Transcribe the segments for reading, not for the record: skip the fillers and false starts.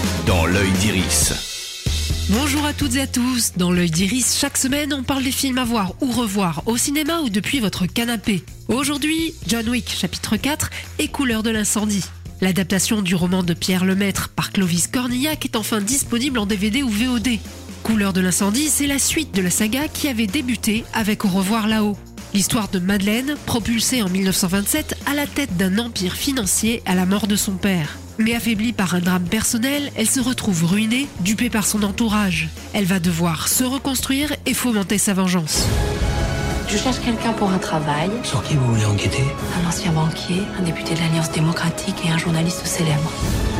dans l'œil d'Iris. Bonjour à toutes et à tous. Dans l'œil d'Iris, chaque semaine, on parle des films à voir ou revoir au cinéma ou depuis votre canapé. Aujourd'hui, John Wick, chapitre 4 et Couleurs de l'incendie. L'adaptation du roman de Pierre Lemaitre par Clovis Cornillac est enfin disponible en DVD ou VOD. Couleurs de l'incendie, c'est la suite de la saga qui avait débuté avec Au revoir là-haut. L'histoire de Madeleine, propulsée en 1927 à la tête d'un empire financier à la mort de son père. Mais affaiblie par un drame personnel, elle se retrouve ruinée, dupée par son entourage. Elle va devoir se reconstruire et fomenter sa vengeance. Je cherche quelqu'un pour un travail. Sur qui vous voulez enquêter? Un ancien banquier, un député de l'Alliance démocratique et un journaliste célèbre.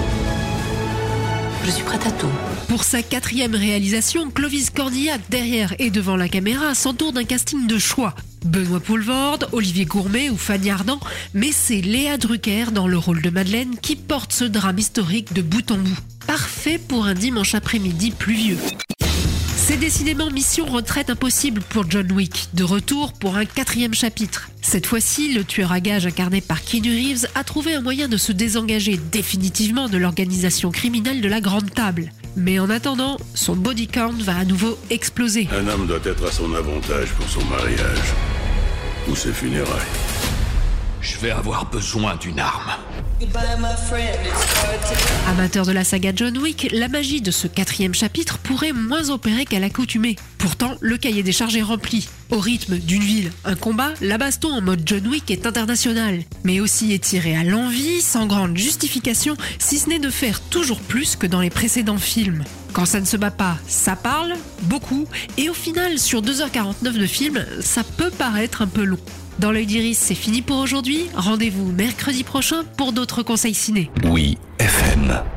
Je suis prête à tout. Pour sa 4e réalisation, Clovis Cornillac, derrière et devant la caméra, s'entoure d'un casting de choix. Benoît Poelvoorde, Olivier Gourmet ou Fanny Ardant, mais c'est Léa Drucker dans le rôle de Madeleine qui porte ce drame historique de bout en bout. Parfait pour un dimanche après-midi pluvieux. C'est décidément mission retraite impossible pour John Wick, de retour pour un 4e chapitre. Cette fois-ci, le tueur à gages incarné par Keanu Reeves a trouvé un moyen de se désengager définitivement de l'organisation criminelle de la Grande Table. Mais en attendant, son body count va à nouveau exploser. Un homme doit être à son avantage pour son mariage ou ses funérailles. Je vais avoir besoin d'une arme. Amateur de la saga John Wick, la magie de ce 4e chapitre pourrait moins opérer qu'à l'accoutumée. Pourtant, le cahier des charges est rempli. Au rythme d'une ville, un combat, la baston en mode John Wick est internationale. Mais aussi étirée à l'envi, sans grande justification, si ce n'est de faire toujours plus que dans les précédents films. Quand ça ne se bat pas, ça parle, beaucoup, et au final, sur 2h49 de film, ça peut paraître un peu long. Dans l'œil d'Iris, c'est fini pour aujourd'hui. Rendez-vous mercredi prochain pour d'autres conseils ciné. Oui, FM.